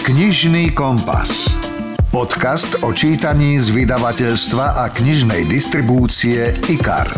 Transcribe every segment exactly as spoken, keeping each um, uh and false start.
Knižný kompas. Podcast o čítaní z vydavateľstva a knižnej distribúcie IKAR.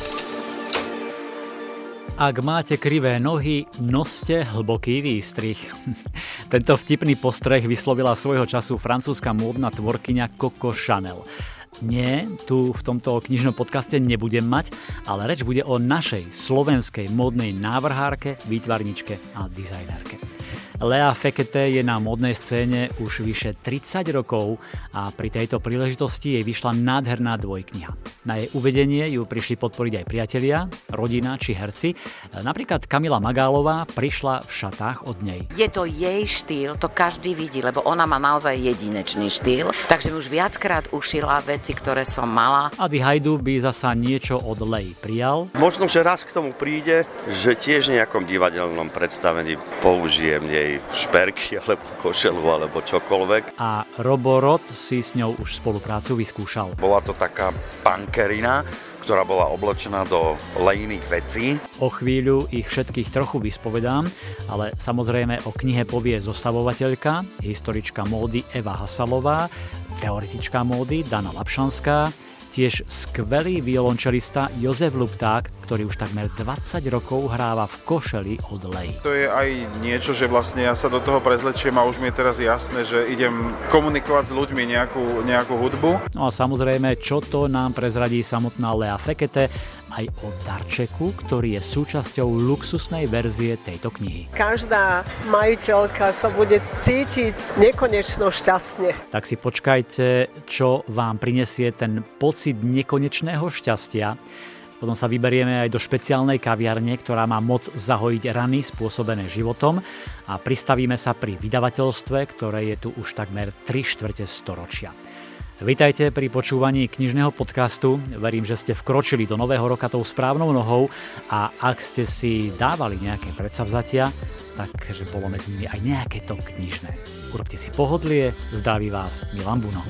Ak máte krivé nohy, noste hlboký výstrih. Tento vtipný postreh vyslovila svojho času francúzska módna tvorkyňa Coco Chanel. Nie, tu v tomto knižnom podcaste nebudem mať, ale reč bude o našej slovenskej módnej návrhárke, výtvarničke a dizajnerke. Lea Fekete je na módnej scéne už vyše tridsať rokov a pri tejto príležitosti jej vyšla nádherná dvojkniha. Na jej uvedenie ju prišli podporiť aj priatelia, rodina či herci. Napríklad Kamila Magálová prišla v šatách od nej. Je to jej štýl, to každý vidí, lebo ona má naozaj jedinečný štýl, takže mi už viackrát ušila veci, ktoré som mala. Ady Hajdu by zasa niečo od Lei prijal. Možno, že raz k tomu príde, že tiež v nejakom divadelnom predstavení použijem jej šperky, alebo košelu, alebo čokoľvek. A Robo Rod si s ňou už spoluprácu vyskúšal. Bola to taká punkerina, ktorá bola oblečená do Leiných vecí. O chvíľu ich všetkých trochu vyspovedám, ale samozrejme o knihe povie zostavovateľka, historička módy Eva Hasalová, teoretička módy Dana Lapšanská, tiež skvelý violončelista Jozef Lupták, ktorý už takmer dvadsať rokov hráva v košeli od Lei. To je aj niečo, že vlastne ja sa do toho prezlečiem a už mi je teraz jasné, že idem komunikovať s ľuďmi nejakú, nejakú hudbu. No a samozrejme, čo to nám prezradí samotná Lea Fekete aj o darčeku, ktorý je súčasťou luxusnej verzie tejto knihy. Každá majiteľka sa bude cítiť nekonečno šťastne. Tak si počkajte, čo vám prinesie ten pocit nekonečného šťastia. Potom sa vyberieme aj do špeciálnej kaviarne, ktorá má moc zahojiť rany spôsobené životom a pristavíme sa pri vydavateľstve, ktoré je tu už takmer tri štvrte storočia. Vítajte pri počúvaní knižného podcastu. Verím, že ste vkročili do nového roka tou správnou nohou a ak ste si dávali nejaké predsavzatia, takže bolo medzi nimi aj nejaké to knižné. Urobte si pohodlie, zdraví vás Milan Buno.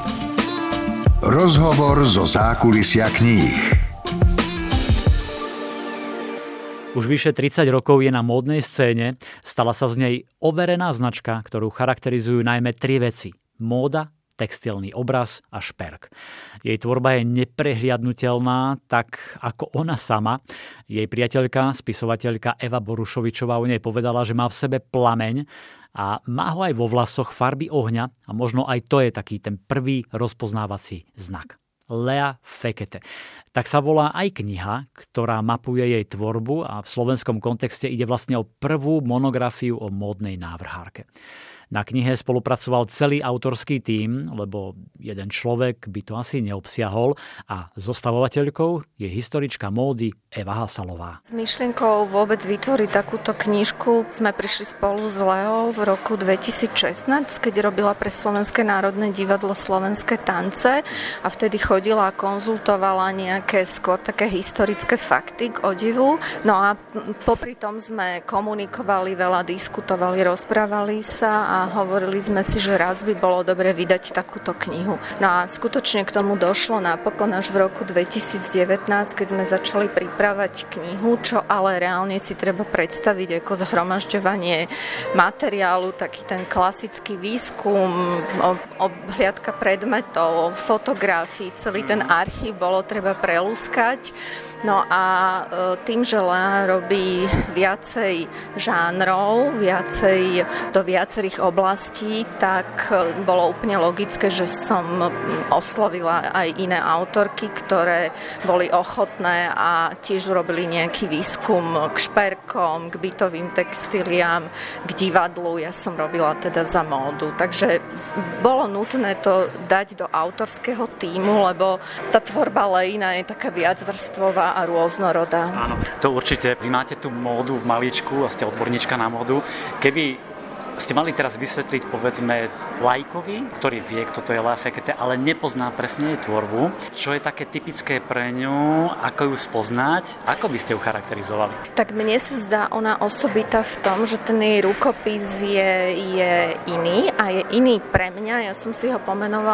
Rozhovor zo zákulisia kníh. Už vyše tridsať rokov je na módnej scéne, stala sa z nej overená značka, ktorú charakterizujú najmä tri veci. Móda, textilný obraz a šperk. Jej tvorba je neprehliadnutelná, tak ako ona sama. Jej priateľka, spisovateľka Eva Borušovičová o nej povedala, že má v sebe plameň a má ho aj vo vlasoch farby ohňa a možno aj to je taký ten prvý rozpoznávací znak. Lea Fekete. Tak sa volá aj kniha, ktorá mapuje jej tvorbu a v slovenskom kontexte ide vlastne o prvú monografiu o módnej návrhárke. Na knihe spolupracoval celý autorský tím, lebo jeden človek by to asi neobsiahol a zostavovateľkou je historička módy Eva Hasalová. S myšlienkou vôbec vytvoriť takúto knižku sme prišli spolu s Leou v roku dvetisícšestnásť, keď robila pre Slovenské národné divadlo Slovenské tance a vtedy chodila a konzultovala nejaké skôr také historické fakty k odivu. No a popri tom sme komunikovali, veľa diskutovali, rozprávali sa a hovorili sme si, že raz by bolo dobre vydať takúto knihu. No a skutočne k tomu došlo napokon až v roku dvetisícdevätnásť, keď sme začali pripravať knihu, čo ale reálne si treba predstaviť ako zhromažďovanie materiálu, taký ten klasický výskum, obhliadka predmetov, fotografií, celý ten archív bolo treba prelúskať. No a tým, že Lea robí viacej žánrov, viacej do viacerých oblastí, tak bolo úplne logické, že som oslovila aj iné autorky, ktoré boli ochotné a tiež urobili nejaký výskum k šperkom, k bytovým textíliám, k divadlu. Ja som robila teda za módu. Takže bolo nutné to dať do autorského tímu, lebo tá tvorba Leina je taká viacvrstvová a rôznorodá. Áno, to určite. Vy máte tú módu v maličku a ste odborníčka na módu. Keby ste mali teraz vysvetliť, povedzme, laikovi, ktorý vie, kto to je Lea Fekete, ale nepozná presne jej tvorbu, čo je také typické pre ňu, ako ju spoznať, ako by ste ju charakterizovali? Tak mne sa zdá ona osobitá v tom, že ten jej rukopis je, je iný a je iný pre mňa. Ja som si ho pomenovala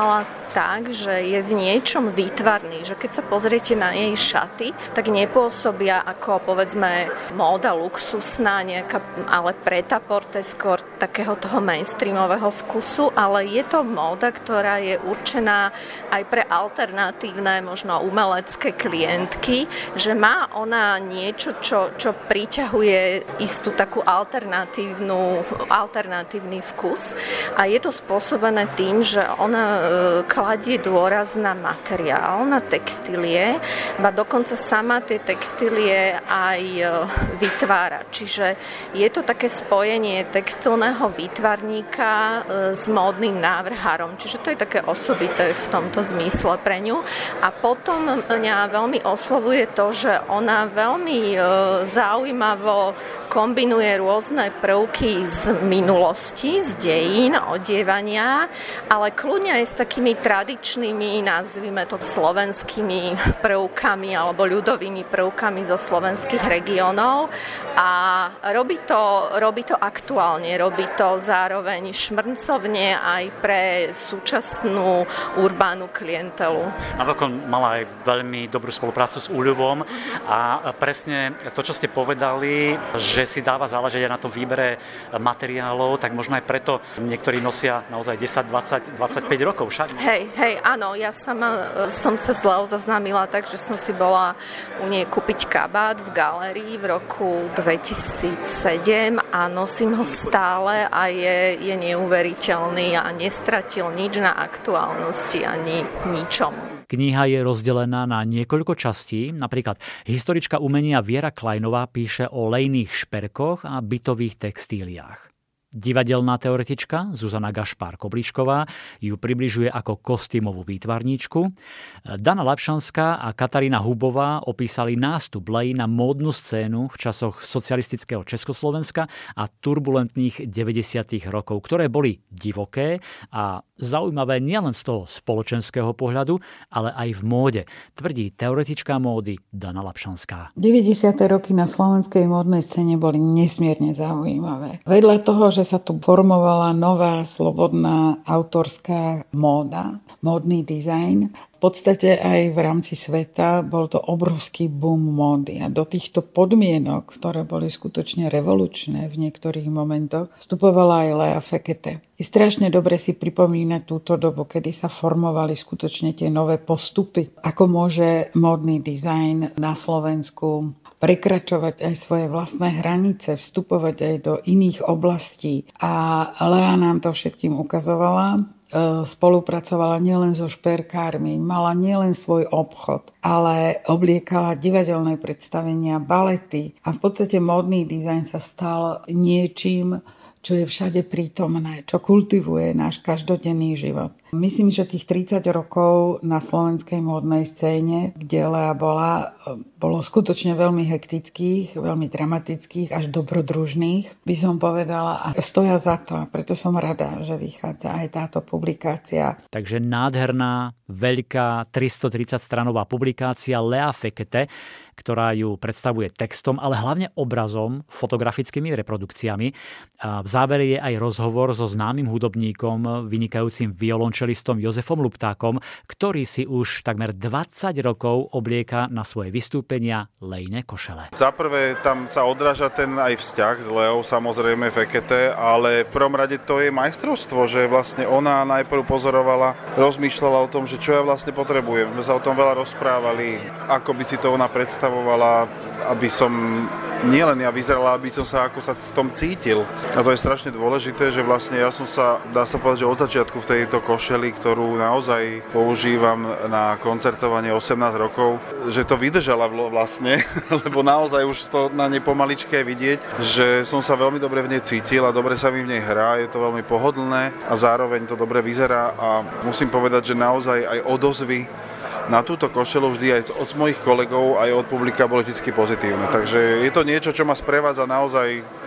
tak, že je v niečom výtvarný, že keď sa pozriete na jej šaty, tak nepôsobia ako povedzme móda luxusná, nejaká, ale pretaporte skôr takého toho mainstreamového vkusu, ale je to móda, ktorá je určená aj pre alternatívne, možno umelecké klientky, že má ona niečo, čo, čo priťahuje istú takú alternatívnu, alternatívny vkus a je to spôsobené tým, že ona e, kladie dôraz na materiál, na textílie, ba dokonca sama tie textílie aj e, vytvára. Čiže je to také spojenie textilného výtvarníka e, s módnym návrhárom. Čiže to je také osobité v tomto zmysle pre ňu. A potom mňa veľmi oslovuje to, že ona veľmi e, zaujímavo kombinuje rôzne prvky z minulosti, z dejín, odievania, ale kľudne aj s takými tradičnými, nazvime to slovenskými prvkami alebo ľudovými prvkami zo slovenských regiónov a robí to, robí to aktuálne, robí to zároveň šmrncovne aj pre súčasnú urbánu klientelu. Napokon mala aj veľmi dobrú spoluprácu s Uľuvom a presne to, čo ste povedali, že si dáva záležať aj na tom výbere materiálov, tak možno aj preto niektorí nosia naozaj desať, dvadsať, dvadsaťpäť rokov však. Hej, hej, áno, ja sama som sa s Leou zoznámila tak, že som si bola u nej kúpiť kabát v galérii v roku dvetisícsedem a nosím ho stále a je, je neuveriteľný a nestratil nič na aktuálnosti ani ničom. Kniha je rozdelená na niekoľko častí. Napríklad historička umenia Viera Kleinová píše o lejných šperkoch a bytových textíliách. Divadelná teoretička Zuzana Gašpár-Koblíšková ju približuje ako kostýmovú výtvarníčku. Dana Lapšanská a Katarína Hubová opísali nástup Lej na módnu scénu v časoch socialistického Československa a turbulentných deväťdesiatych rokov, ktoré boli divoké a zaujímavé nielen z toho spoločenského pohľadu, ale aj v móde, tvrdí teoretička módy Dana Lapšanská. deväťdesiate roky na slovenskej módnej scéne boli nesmierne zaujímavé. Vedľa toho, že sa tu formovala nová, slobodná, autorská móda, módny dizajn, v podstate aj v rámci sveta bol to obrovský boom módy a do týchto podmienok, ktoré boli skutočne revolučné v niektorých momentoch, vstupovala aj Lea Fekete. Je strašne dobre si pripomínať túto dobu, kedy sa formovali skutočne tie nové postupy. Ako môže módny dizajn na Slovensku prekračovať aj svoje vlastné hranice, vstupovať aj do iných oblastí. A Lea nám to všetkým ukazovala. Spolupracovala nielen so šperkármi, mala nielen svoj obchod, ale obliekala divadelné predstavenia, balety a v podstate módny dizajn sa stal niečím, čo je všade prítomné, čo kultivuje náš každodenný život. Myslím, že tých tridsať rokov na slovenskej módnej scéne, kde Lea bola, bolo skutočne veľmi hektických, veľmi dramatických, až dobrodružných, by som povedala, a stoja za to. A preto som rada, že vychádza aj táto publikácia. Takže nádherná, veľká, tristotridsať stranová publikácia Lea Fekete, ktorá ju predstavuje textom, ale hlavne obrazom, fotografickými reprodukciami. A v závere je aj rozhovor so známym hudobníkom, vynikajúcim violončelistom Jozefom Luptákom, ktorý si už takmer dvadsať rokov oblieka na svoje vystúpenia lejné košele. Za prvé tam sa odráža ten aj vzťah s Leou, samozrejme Fekete, ale v prvom rade to je majstrovstvo, že vlastne ona najprv pozorovala, rozmýšľala o tom, že čo ja vlastne potrebujem. My sa o tom veľa rozprávali, ako by si to ona predstavovala, aby som nielen ja vyzerala, aby som sa ako sa v tom cítil. A to je strašne dôležité, že vlastne ja som sa, dá sa povedať, že od začiatku v tejto košeli, ktorú naozaj používam na koncertovanie osemnásť rokov, že to vydržala vlastne, lebo naozaj už to na nej pomaličke vidieť, že som sa veľmi dobre v nej cítil a dobre sa mi v nej hrá, je to veľmi pohodlné a zároveň to dobre vyzerá a musím povedať, že naozaj aj odozvy na túto košelu vždy aj od mojich kolegov, aj od publika bolo vždy pozitívne. Takže je to niečo, čo ma sprevádza naozaj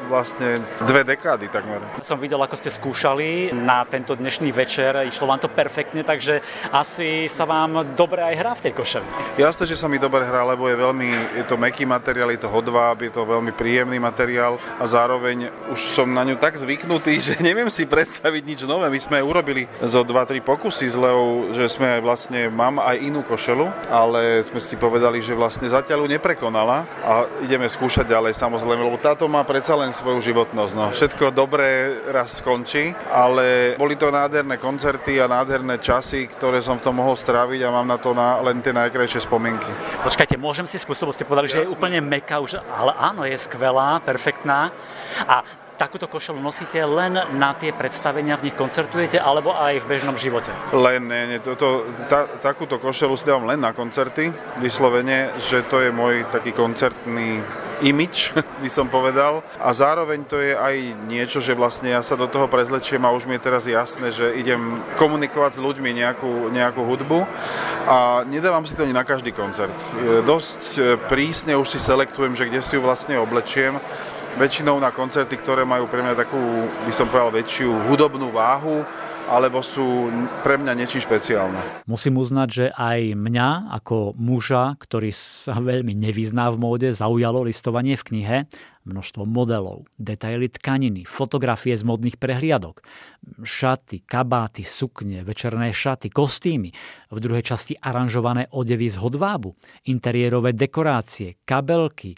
vlastne dve dekády takmer. Som videl, ako ste skúšali na tento dnešný večer, išlo vám to perfektne, takže asi sa vám dobre aj hrá v tej košeli. Jasné, že sa mi dobre hrá, lebo je veľmi, je to mäkký materiál, je to hodváb, je to veľmi príjemný materiál a zároveň už som na ňu tak zvyknutý, že neviem si predstaviť nič nové. My sme urobili zo dva tri pokusy s Leou, že sme vlastne, mám aj inú košelu, ale sme si povedali, že vlastne zatiaľ ju neprekonala a ideme skúšať ďalej samozrejme, lebo táto má predsa len svoju životnosť. No. Všetko dobré raz skončí, ale boli to nádherné koncerty a nádherné časy, ktoré som v tom mohol stráviť a mám na to na, len tie najkrajšie spomienky. Počkajte, môžem si skúsiť, ste povedali, že je úplne mäkká, už, ale áno, je skvelá, perfektná. A takúto košelu nosíte len na tie predstavenia, v nich koncertujete, alebo aj v bežnom živote? Len, nie, nie. To, to, tá, takúto košelu si dávam len na koncerty, vyslovene, že to je môj taký koncertný imič, by som povedal. A zároveň to je aj niečo, že vlastne ja sa do toho prezlečiem a už mi je teraz jasné, že idem komunikovať s ľuďmi nejakú, nejakú hudbu a nedávam si to ani na každý koncert. Dosť prísne už si selektujem, že kde si ju vlastne oblečiem. Väčšinou na koncerty, ktoré majú pre mňa takú, by som povedal, väčšiu hudobnú váhu, alebo sú pre mňa niečím špeciálne. Musím uznať, že aj mňa, ako muža, ktorý sa veľmi nevyzná v móde, zaujalo listovanie v knihe. Množstvo modelov, detaily tkaniny, fotografie z modných prehliadok, šaty, kabáty, sukne, večerné šaty, kostýmy, v druhej časti aranžované odevy z hodvábu, interiérové dekorácie, kabelky,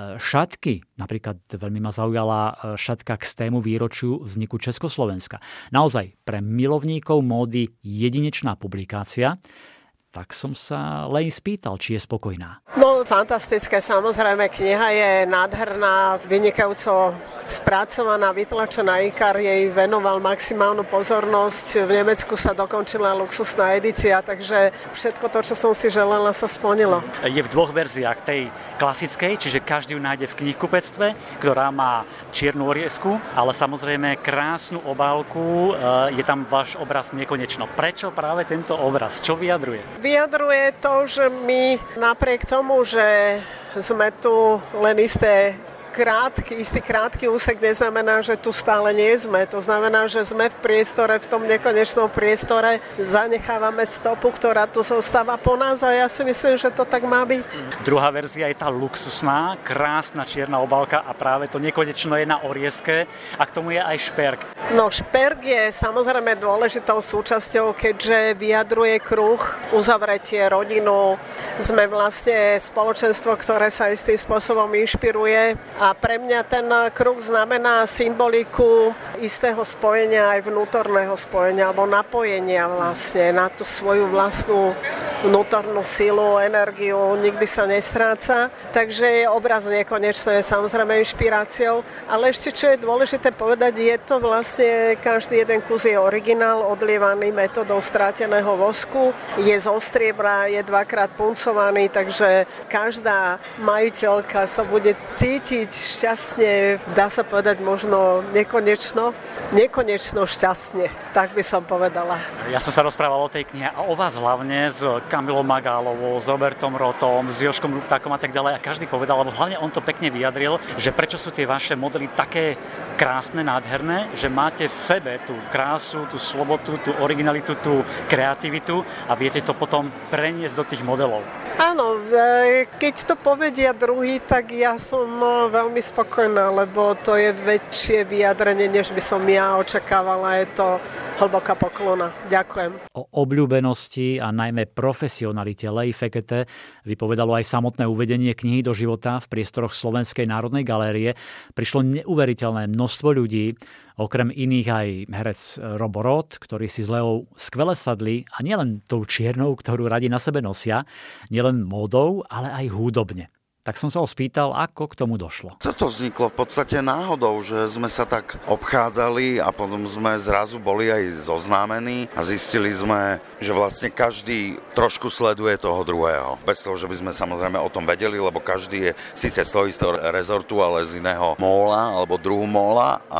šatky. Napríklad veľmi ma zaujala šatka k stému výročiu vzniku Československa. Naozaj pre milovníkov módy jedinečná publikácia. Tak som sa len spýtal, či je spokojná. No, fantastické, samozrejme, kniha je nádherná, vynikajúco spracovaná, vytlačená. Ikar jej venoval maximálnu pozornosť. V Nemecku sa dokončila luxusná edícia, takže všetko to, čo som si želala, sa splnilo. Je v dvoch verziách, tej klasickej, čiže každý ju nájde v knihkupectve, ktorá má čiernu oriesku, ale samozrejme krásnu obálku, je tam váš obraz nekonečno. Prečo práve tento obraz? Čo vyjadruje? Vyjadruje to, že my napriek tomu, že sme tu len isté krátky, istý krátky úsek neznamená, že tu stále nie sme. To znamená, že sme v priestore, v tom nekonečnom priestore, zanechávame stopu, ktorá tu zostáva po nás a ja si myslím, že to tak má byť. Druhá verzia je tá luxusná, krásna čierna obálka a práve to nekonečno je na orieske a k tomu je aj šperk. No, šperk je samozrejme dôležitou súčasťou, keďže vyjadruje kruh, uzavretie, rodinu. Sme vlastne spoločenstvo, ktoré sa istým spôsobom inšpiruje. A pre mňa ten kruh znamená symboliku istého spojenia, aj vnútorného spojenia, alebo napojenia vlastne na tú svoju vlastnú vnútornú silu, energiu, nikdy sa nestráca. Takže obraz nekonečný je samozrejme inšpiráciou, ale ešte čo je dôležité povedať, je to vlastne každý jeden kus je originál, odlievaný metodou stráteného vosku, je zo striebra, je dvakrát puncovaný, takže každá majiteľka sa bude cítiť šťastne, dá sa povedať možno nekonečno, nekonečno šťastne, tak by som povedala. Ja som sa rozprával o tej knihe a o vás hlavne s Kamilou Magálovou, s Robertom Rotom, s Jožkom Ruptákom a tak ďalej a každý povedal, lebo hlavne on to pekne vyjadril, že prečo sú tie vaše modely také krásne, nádherné, že máte v sebe tú krásu, tú slobodu, tú originalitu, tú kreativitu a viete to potom preniesť do tých modelov. Áno, keď to povedia druhý, tak ja som veľmi spokojná, lebo to je väčšie vyjadrenie, než by som ja očakávala. Je to hlboká poklona. Ďakujem. O obľúbenosti a najmä profesionalite Lei Fekete vypovedalo aj samotné uvedenie knihy do života v priestoroch Slovenskej národnej galérie. Prišlo neuveriteľné množstvo ľudí, okrem iných aj herec Robo Rot, ktorý si s Leou skvele sadli a nielen tou čiernou, ktorú radi na sebe nosia, nielen módou, ale aj hudobne. Tak som sa ho spýtal, ako k tomu došlo. Toto vzniklo v podstate náhodou, že sme sa tak obchádzali a potom sme zrazu boli aj zoznámení a zistili sme, že vlastne každý trošku sleduje toho druhého. Bez toho, že by sme samozrejme o tom vedeli, lebo každý je síce z toho istého rezortu, ale z iného móla alebo druhu móla a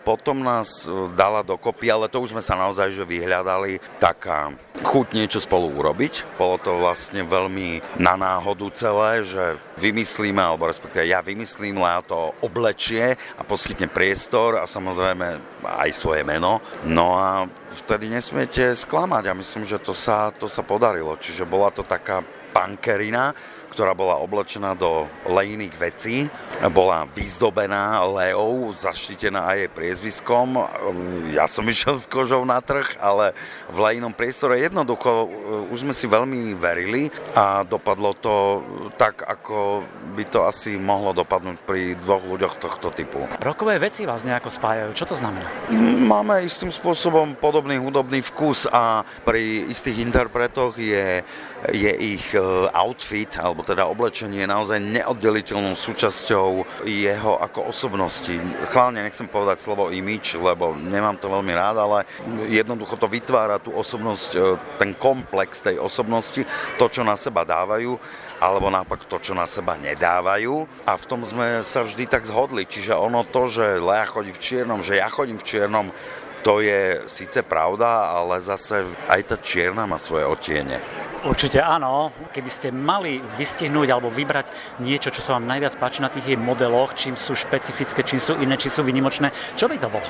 potom nás dala dokopy, ale to už sme sa naozaj že vyhľadali, taká chuť niečo spolu urobiť. Bolo to vlastne veľmi na náhodu celé, že vymyslíme, alebo respektíve ja vymyslím, Lea to oblečie a poskytne priestor a samozrejme aj svoje meno. No a vtedy nesmiete sklamať a myslím, že to sa, to sa podarilo. Čiže bola to taká punkerina, ktorá bola oblečená do Leiných vecí, bola vyzdobená Leou, zaštítená aj jej priezviskom. Ja som išiel s kožou na trh, ale v Leinom priestore jednoducho už sme si veľmi verili a dopadlo to tak, ako by to asi mohlo dopadnúť pri dvoch ľuďoch tohto typu. Rokové veci vás nejako spájajú. Čo to znamená? Máme istým spôsobom podobný hudobný vkus a pri istých interpretoch je, je ich outfit, alebo teda oblečenie je naozaj neoddeliteľnou súčasťou jeho ako osobnosti. Chválne nechcem povedať slovo image, lebo nemám to veľmi rád, ale jednoducho to vytvára tú osobnosť, ten komplex tej osobnosti, to, čo na seba dávajú, alebo naopak to, čo na seba nedávajú. A v tom sme sa vždy tak zhodli. Čiže ono to, že Lea chodí v čiernom, že ja chodím v čiernom, to je síce pravda, ale zase aj tá čierna má svoje odtiene. Určite áno. Keby ste mali vystihnúť alebo vybrať niečo, čo sa vám najviac páči na tých jej modeloch, čím sú špecifické, čím sú iné, čím sú výnimočné, čo by to bolo?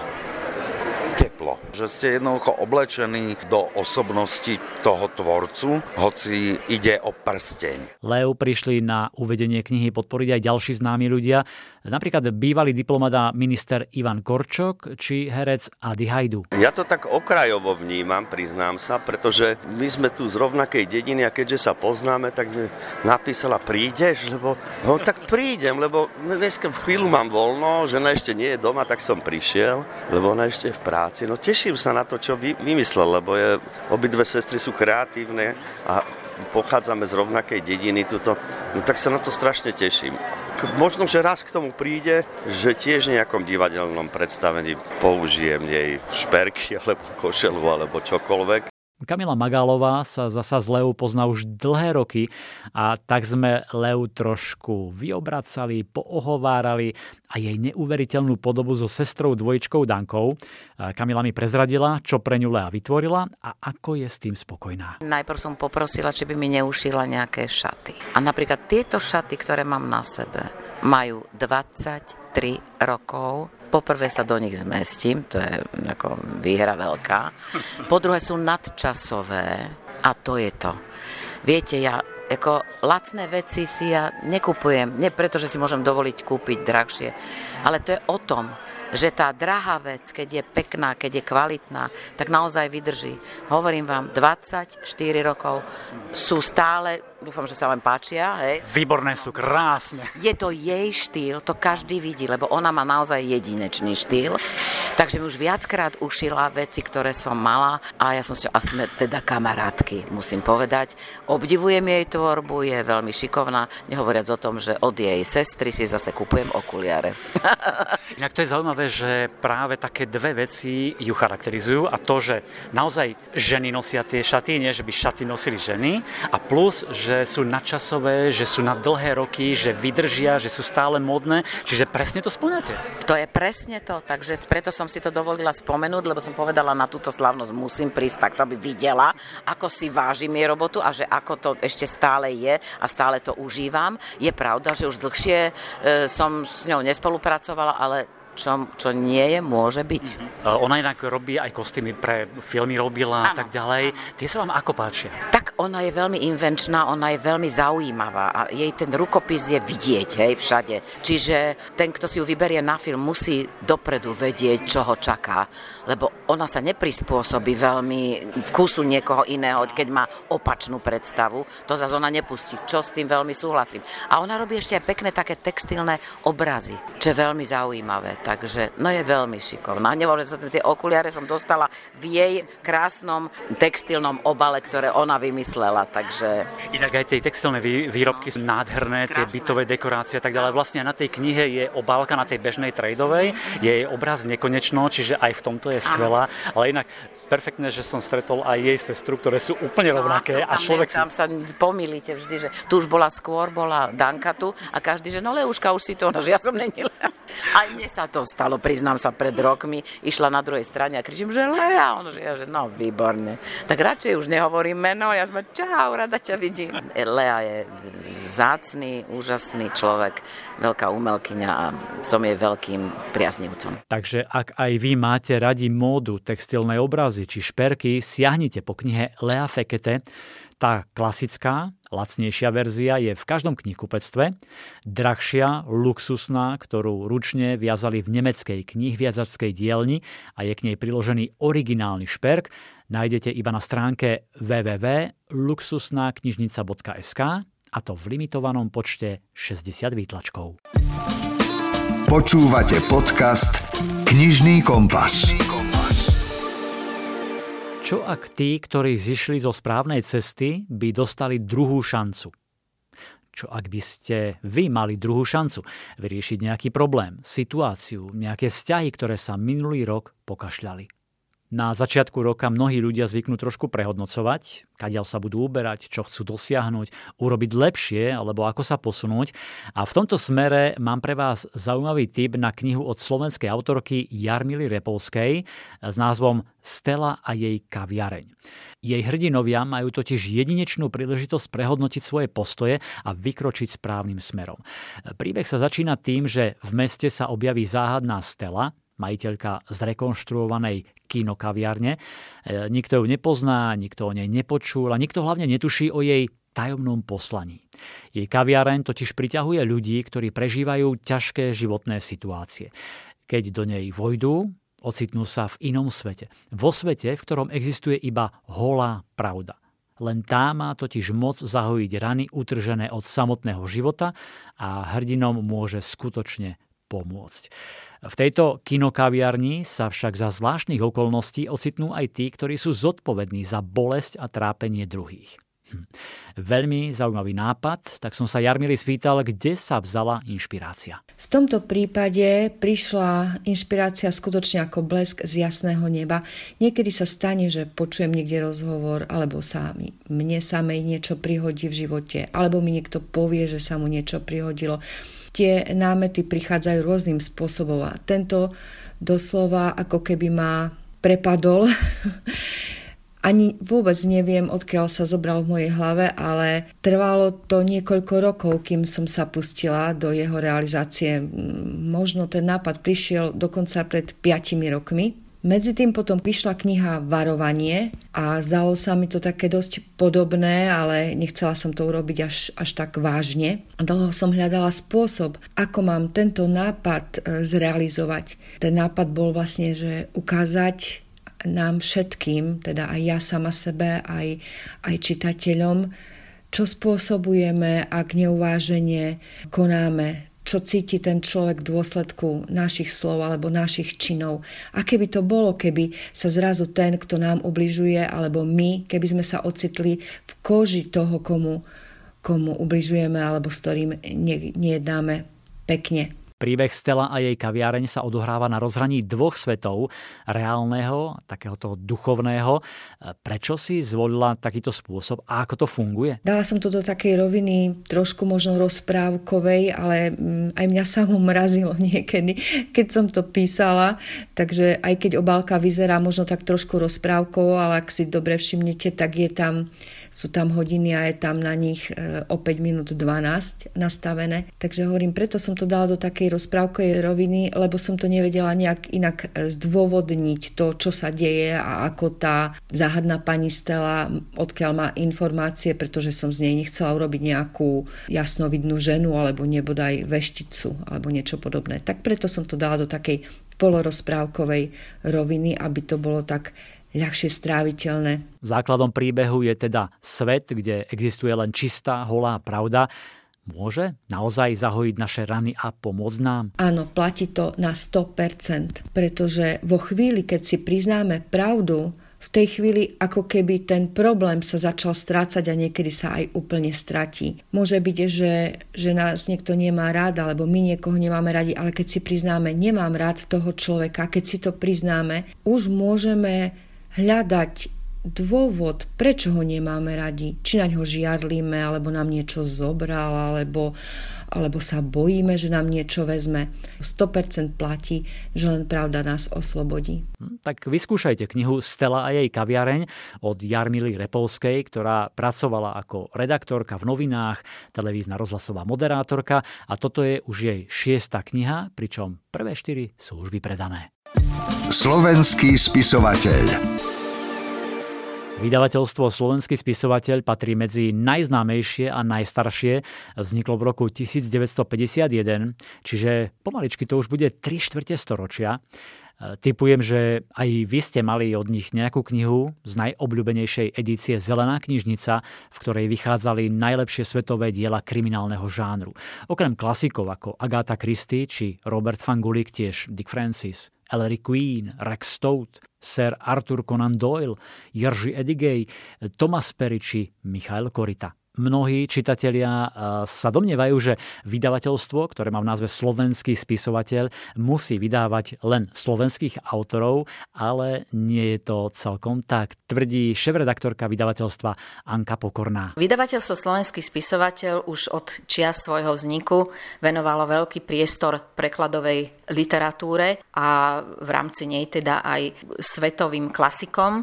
Teplo. Že ste jednoducho oblečení do osobnosti toho tvorcu, hoci ide o prsteň. Leu prišli na uvedenie knihy podporiť aj ďalší známi ľudia, napríklad bývalý diplomat a minister Ivan Korčok či herec Adi Hajdu. Ja to tak okrajovo vnímam, priznám sa, pretože my sme tu z rovnakej dediny a keďže sa poznáme, tak mi napísala, prídeš? Lebo, no tak prídem, lebo dneska v chvíľu mám voľno, žena ešte nie je doma, tak som prišiel, lebo ona ešte je v práci. No teším sa na to, čo vy, vymyslel, lebo je, obidve sestry sú kreatívne a pochádzame z rovnakej dediny tuto, no tak sa na to strašne teším. Možno, že raz k tomu príde, že tiež v nejakom divadelnom predstavení použijem jej šperky, alebo košelu, alebo čokoľvek. Kamila Magálová sa zasa s Leou pozná už dlhé roky a tak sme Leu trošku vyobracali, poohovárali a jej neuveriteľnú podobu so sestrou dvojičkou Dankou. Kamila mi prezradila, čo pre ňu Lea vytvorila a ako je s tým spokojná. Najprv som poprosila, či by mi neušila nejaké šaty. A napríklad tieto šaty, ktoré mám na sebe, majú dvadsaťtri rokov. Poprvé sa do nich zmestím, to je ako výhra veľká. Po druhé sú nadčasové a to je to. Viete, ja ako lacné veci si ja nekupujem, nie preto, že si môžem dovoliť kúpiť drahšie, ale to je o tom, že tá drahá vec, keď je pekná, keď je kvalitná, tak naozaj vydrží. Hovorím vám, dvadsaťštyri rokov sú stále, dúfam, že sa len páčia. Hej. Výborné sú, krásne. Je to jej štýl, to každý vidí, lebo ona má naozaj jedinečný štýl. Takže mi už viackrát ušila veci, ktoré som mala a ja som si, a sme teda kamarátky, musím povedať. Obdivujem jej tvorbu, je veľmi šikovná, nehovoriac o tom, že od jej sestry si zase kupujem okuliare. Inak to je zaujímavé, že práve také dve veci ju charakterizujú a to, že naozaj ženy nosia tie šaty, nie že by šaty nosili ženy a plus, že sú nadčasové, že sú na dlhé roky, že vydržia, že sú stále módne, čiže presne to spĺňate. To je presne to, takže preto som si to dovolila spomenúť, lebo som povedala, na túto slávnosť musím prísť, tak to aby videla, ako si vážim jej robotu a že ako to ešte stále je a stále to užívam. Je pravda, že už dlhšie e, som s ňou nespolupracovala, ale Čo, čo nie je, môže byť. Uh, ona inak robí aj kostýmy pre filmy, robila a tak ďalej. Tie sa vám ako páčia? Tak ona je veľmi invenčná, ona je veľmi zaujímavá a jej ten rukopis je vidieť, hej, všade. Čiže ten, kto si ju vyberie na film, musí dopredu vedieť, čo ho čaká, lebo ona sa neprispôsobí veľmi vkusu niekoho iného, keď má opačnú predstavu. To zase ona nepustí, čo s tým veľmi súhlasím. A ona robí ešte aj pekné také textilné obrazy, čo je veľmi zaujímavé. Takže, no je veľmi šikovná. Nehovorím, tie okuliare som dostala v jej krásnom textilnom obale, ktoré ona vymyslela, takže... Inak aj tie textilné výrobky sú nádherné, krásne. Tie bytové dekorácie a tak ďalej. Vlastne na tej knihe je obálka na tej bežnej tradeovej, je jej obraz nekonečno, čiže aj v tomto je skvelá, ale inak perfektné, že som stretol aj jej sestru, ktoré sú úplne rovnaké. No, a človek tam sa pomýlite vždy, že tu už bola skôr, bola Danka tu a každý, že no Leuška, už si to, no, že ja som není. Aj mne sa to stalo, priznám sa, pred rokmi. Išla na druhej strane a kričím, že Lea. On že, ja, že no, výborne. Tak radšej už nehovorím meno, ja sme čau, rada ťa vidím. Lea je vzácny, úžasný človek, veľká umelkyňa a som jej veľkým priaznivcom. Takže ak aj vy máte radi módu, textilné obrazy či šperky, siahnite po knihe Lea Fekete. Tá klasická, lacnejšia verzia je v každom knihkupectve. Drahšia, luxusná, ktorú ručne viazali v nemeckej knihviazačskej dielni a je k nej priložený originálny šperk, nájdete iba na stránke w w w bodka luxusná knižnica bodka es ká a to v limitovanom počte šesťdesiat výtlačkov. Počúvate podcast Knižný kompas. Čo ak tí, ktorí zišli zo správnej cesty, by dostali druhú šancu? Čo ak by ste vy mali druhú šancu vyriešiť nejaký problém, situáciu, nejaké vzťahy, ktoré sa minulý rok pokašľali? Na začiatku roka mnohí ľudia zvyknú trošku prehodnocovať, kadiaľ sa budú uberať, čo chcú dosiahnuť, urobiť lepšie alebo ako sa posunúť. A v tomto smere mám pre vás zaujímavý tip na knihu od slovenskej autorky Jarmily Repolskej s názvom Stella a jej kaviareň. Jej hrdinovia majú totiž jedinečnú príležitosť prehodnotiť svoje postoje a vykročiť správnym smerom. Príbeh sa začína tým, že v meste sa objaví záhadná Stella, majiteľka zrekonštruovanej kinokaviarne. Nikto ju nepozná, nikto o nej nepočul a nikto hlavne netuší o jej tajomnom poslaní. Jej kaviareň totiž priťahuje ľudí, ktorí prežívajú ťažké životné situácie. Keď do nej vojdú, ocitnú sa v inom svete. Vo svete, v ktorom existuje iba holá pravda. Len tá má totiž moc zahojiť rany utržené od samotného života a hrdinom môže skutočne pomôcť. V tejto kinokaviarni sa však za zvláštnych okolností ocitnú aj tí, ktorí sú zodpovední za bolesť a trápenie druhých. Hm. Veľmi zaujímavý nápad, tak som sa Jarmily spýtal, kde sa vzala inšpirácia. V tomto prípade prišla inšpirácia skutočne ako blesk z jasného neba. Niekedy sa stane, že počujem niekde rozhovor, alebo sa mi, mne samej niečo prihodí v živote, alebo mi niekto povie, že sa mu niečo prihodilo. Tie námety prichádzajú rôznym spôsobom a tento doslova ako keby ma prepadol. Ani vôbec neviem, odkiaľ sa zobral v mojej hlave, ale trvalo to niekoľko rokov, kým som sa pustila do jeho realizácie. Možno ten nápad prišiel dokonca pred piatimi rokmi. Medzi tým potom vyšla kniha Varovanie a zdalo sa mi to také dosť podobné, ale nechcela som to urobiť až, až tak vážne. Dlho som hľadala spôsob, ako mám tento nápad zrealizovať. Ten nápad bol vlastne, že ukázať nám všetkým, teda aj ja sama sebe, aj, aj čitateľom, čo spôsobujeme, ak neuvážene konáme, čo cíti ten človek v dôsledku našich slov alebo našich činov. A keby to bolo, keby sa zrazu ten, kto nám ubližuje, alebo my, keby sme sa ocitli v koži toho, komu, komu ubližujeme alebo s ktorým nejednáme pekne. Príbeh Stella a jej kaviareň sa odohráva na rozhraní dvoch svetov, reálneho a takéhoto duchovného. Prečo si zvolila takýto spôsob a ako to funguje? Dala som to do takej roviny trošku možno rozprávkovej, ale aj mňa samo mrazilo niekedy, keď som to písala. Takže aj keď obálka vyzerá možno tak trošku rozprávkovo, ale ak si dobre všimnete, tak je tam sú tam hodiny a je tam na nich o päť minút dvanásť nastavené. Takže hovorím, preto som to dala do takej rozprávkovej roviny, lebo som to nevedela nejak inak zdôvodniť to, čo sa deje a ako tá záhadná pani Stella, odkiaľ má informácie, pretože som z nej nechcela urobiť nejakú jasnovidnú ženu alebo nebodaj vešticu alebo niečo podobné. Tak preto som to dala do takej polorozprávkovej roviny, aby to bolo tak ľahšie stráviteľné. Základom príbehu je teda svet, kde existuje len čistá, holá pravda. Môže naozaj zahojiť naše rany a pomôcť nám? Áno, platí to na sto percent, pretože vo chvíli, keď si priznáme pravdu, v tej chvíli ako keby ten problém sa začal strácať a niekedy sa aj úplne stratí. Môže byť, že, že nás niekto nemá rád, alebo my niekoho nemáme radi, ale keď si priznáme, nemám rád toho človeka, keď si to priznáme, už môžeme hľadať dôvod, prečo ho nemáme radi. Či naň ho žiarlíme, alebo nám niečo zobral, alebo, alebo sa bojíme, že nám niečo vezme. sto percent platí, že len pravda nás oslobodí. Tak vyskúšajte knihu Stella a jej kaviareň od Jarmily Repolskej, ktorá pracovala ako redaktorka v novinách, televízna rozhlasová moderátorka a toto je už jej šiesta kniha, pričom prvé štyri sú už vypredané. Slovenský spisovateľ. Vydavateľstvo Slovenský spisovateľ patrí medzi najznámejšie a najstaršie. Vzniklo v roku devätnásťstopäťdesiatjeden, čiže pomaličky to už bude tri štvrte storočia. Tipujem, že aj vy ste mali od nich nejakú knihu z najobľúbenejšej edície Zelená knižnica, v ktorej vychádzali najlepšie svetové diela kriminálneho žánru. Okrem klasikov ako Agatha Christie či Robert van Gulik tiež Dick Francis, Ellery Queen, Rex Stout, Sir Arthur Conan Doyle, Jerzy Edigej, Thomas Perry či Michael Korita. Mnohí čitatelia sa domnievajú, že vydavateľstvo, ktoré má v názve Slovenský spisovateľ, musí vydávať len slovenských autorov, ale nie je to celkom tak, tvrdí šéfredaktorka vydavateľstva Anka Pokorná. Vydavateľstvo Slovenský spisovateľ už od čias svojho vzniku venovalo veľký priestor prekladovej literatúre a v rámci nej teda aj svetovým klasikom.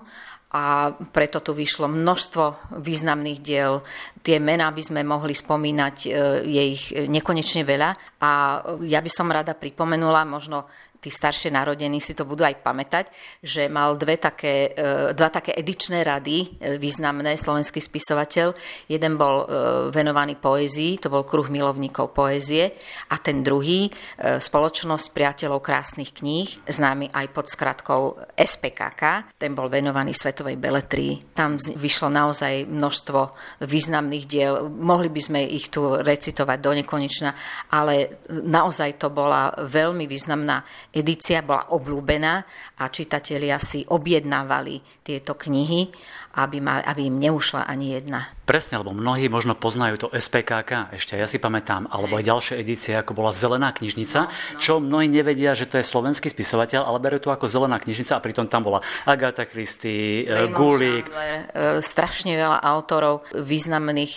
A preto tu vyšlo množstvo významných diel. Tie mená by sme mohli spomínať, je ich nekonečne veľa. A ja by som rada pripomenula, možno tí staršie narodení si to budú aj pamätať, že mal dve také, dva také edičné rady významné, Slovenský spisovateľ. Jeden bol venovaný poézii, to bol Kruh milovníkov poézie, a ten druhý Spoločnosť priateľov krásnych kníh, známy aj pod skratkou es pé ká ká. Ten bol venovaný svetovej beletrii. Tam vyšlo naozaj množstvo významných diel. Mohli by sme ich tu recitovať do nekonečna, ale naozaj to bola veľmi významná edícia, bola obľúbená a čitatelia si objednávali tieto knihy, aby, mali, aby im neušla ani jedna. Presne, lebo mnohí možno poznajú to es pé ká ká, ešte ja si pamätám, alebo aj ďalšie edície, ako bola Zelená knižnica, no, no. Čo mnohí nevedia, že to je slovenský spisovateľ, ale berú to ako Zelená knižnica a pritom tam bola Agatha Christie, Raymond Gulik. Chandler, strašne veľa autorov významných,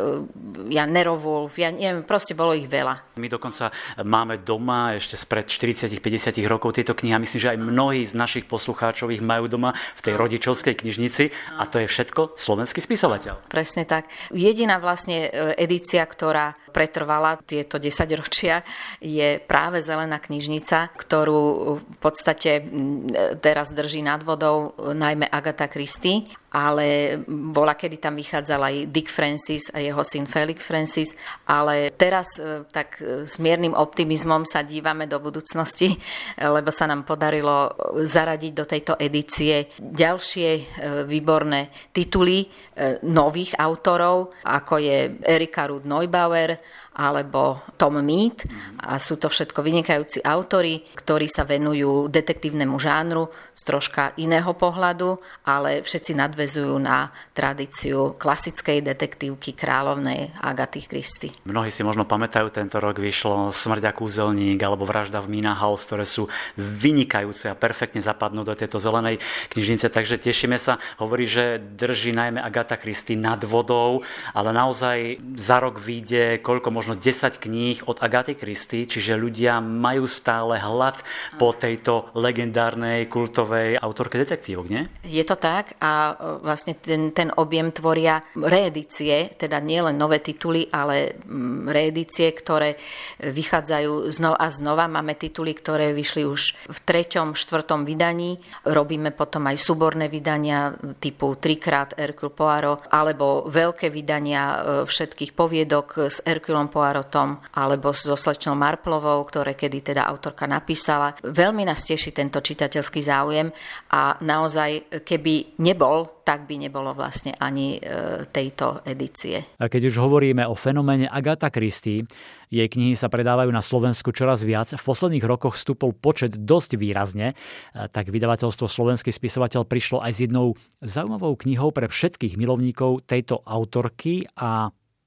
ja Nerov, ja neviem, proste bolo ich veľa. My dokonca máme doma ešte spred štyridsať päťdesiat rokov tieto knihy a myslím, že aj mnohí z našich poslucháčov ich majú doma v tej rodičovskej knižnici a to je všetko slovenský spisovateľ. Presne tak. Jediná vlastne edícia, ktorá pretrvala tieto desaťročia, je práve Zelená knižnica, ktorú v podstate teraz drží nad vodou najmä Agatha Christie, ale bola, kedy tam vychádzal aj Dick Francis a jeho syn Felix Francis, ale teraz tak s miernym optimizmom sa dívame do budúcnosti, lebo sa nám podarilo zaradiť do tejto edície ďalšie výborné tituly nových autorov, ako je Erika Ruth Neubauer alebo Tom Mead. A sú to všetko vynikajúci autori, ktorí sa venujú detektívnemu žánru z troška iného pohľadu, ale všetci nadväzujú na tradíciu klasickej detektívky kráľovnej Agaty Christie. Mnohí si možno pamätajú, tento rok vyšlo Smrť a kúzelník alebo Vražda v Mina House, ktoré sú vynikajúce a perfektne zapadnú do tejto Zelenej knižnice, takže tešíme sa. Hovorí, že drží najmä Agatha Christie nad vodou, ale naozaj za rok vyjde koľko možno desať kníh od Agaty Christie, čiže ľudia majú stále hlad po tejto legendárnej kultovej autorke detektívok, nie? Je to tak a vlastne ten, ten objem tvoria reedície, teda nielen nové tituly, ale reedície, ktoré vychádzajú znova a znova. Máme tituly, ktoré vyšli už v treťom, štvrtom vydaní. Robíme potom aj súborné vydania typu trikrát Hercule Poirot, alebo veľké vydania všetkých poviedok s Herculom Poirotom, alebo so slečnou Marplovou, ktoré kedy teda autorka napísala. Veľmi nás teší tento čitateľský záujem a naozaj, keby nebol, tak by nebolo vlastne ani tejto edície. A keď už hovoríme o fenoméne Agatha Christie, jej knihy sa predávajú na Slovensku čoraz viac. V posledných rokoch stúpol počet dosť výrazne, tak vydavateľstvo Slovenský spisovateľ prišlo aj s jednou zaujímavou knihou pre všetkých milovníkov tejto autorky a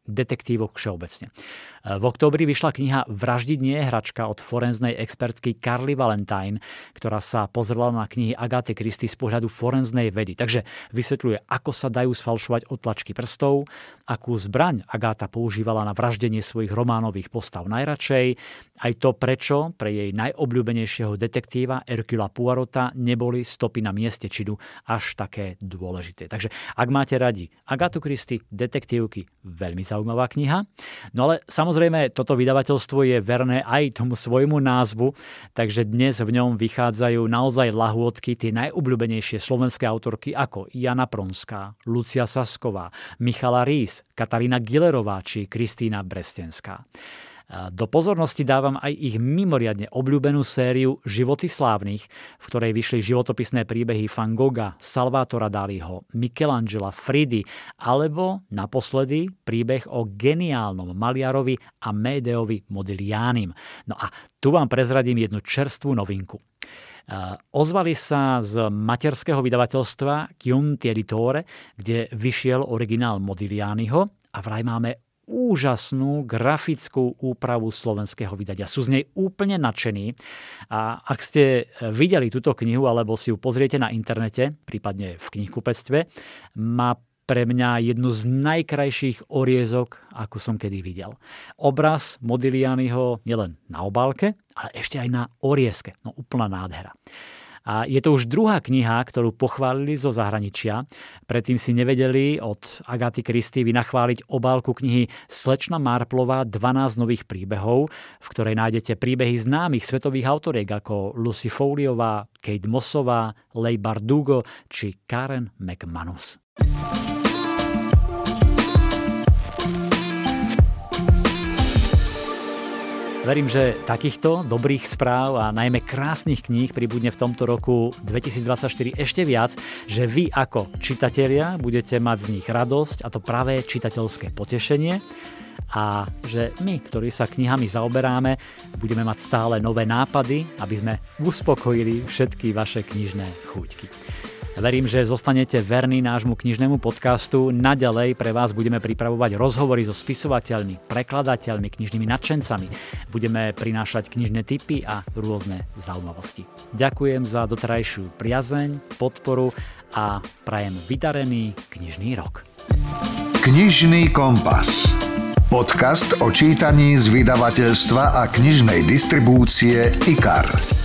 detektívok všeobecne. V októbri vyšla kniha Vraždiť nie je hračka od forenznej expertky Carly Valentine, ktorá sa pozrela na knihy Agaty Christie z pohľadu forenznej vedy. Takže vysvetľuje, ako sa dajú sfalšovať otlačky prstov, akú zbraň Agáta používala na vraždenie svojich románových postav najradšej, aj to, prečo pre jej najobľúbenejšieho detektíva Hercula Poirota neboli stopy na mieste činu až také dôležité. Takže ak máte radi Agatu Christie, detektívky, veľmi zaujímavá kniha. No ale samozrejme, toto vydavateľstvo je verné aj tomu svojmu názvu, takže dnes v ňom vychádzajú naozaj lahôdky, tie najobľúbenejšie slovenské autorky ako Jana Pronská, Lucia Sasková, Michala Rís, Katarína Gillerová či Kristýna Brestenská. Do pozornosti dávam aj ich mimoriadne obľúbenú sériu Životy slávnych, v ktorej vyšli životopisné príbehy Van Gogha, Salvatora Daliho, Michelangela, Fridy, alebo naposledy príbeh o geniálnom maliarovi a Medeovi Modiglianim. No a tu vám prezradím jednu čerstvú novinku. Ozvali sa z materského vydavateľstva Chiunti Editore, kde vyšiel originál Modiglianiho a vraj máme úžasnú grafickú úpravu slovenského vydania. Sú z nej úplne nadšení a ak ste videli túto knihu alebo si ju pozriete na internete, prípadne v knihkupectve, má pre mňa jednu z najkrajších oriezok, akú som kedy videl. Obraz Modiglianiho nielen na obálke, ale ešte aj na oriezke. No úplná nádhera. A je to už druhá kniha, ktorú pochválili zo zahraničia. Predtým si nevedeli od Agaty Christie vynachváliť obálku knihy Slečna Marplová dvanásť nových príbehov, v ktorej nájdete príbehy známych svetových autoriek ako Lucy Foleyová, Kate Mossová, Leigh Bardugo či Karen McManus. Verím, že takýchto dobrých správ a najmä krásnych kníh pribudne v tomto roku dvetisícdvadsaťštyri ešte viac, že vy ako čitatelia budete mať z nich radosť, a to práve čitateľské potešenie, a že my, ktorí sa knihami zaoberáme, budeme mať stále nové nápady, aby sme uspokojili všetky vaše knižné chúťky. Verím, že zostanete verní nášmu knižnému podcastu. Naďalej pre vás budeme pripravovať rozhovory so spisovateľmi, prekladateľmi, knižnými nadšencami. Budeme prinášať knižné tipy a rôzne zaujímavosti. Ďakujem za doterajšiu priazeň, podporu a prajem vydarený knižný rok. Knižný kompas. Podcast o čítaní z vydavateľstva a knižnej distribúcie í ká á er.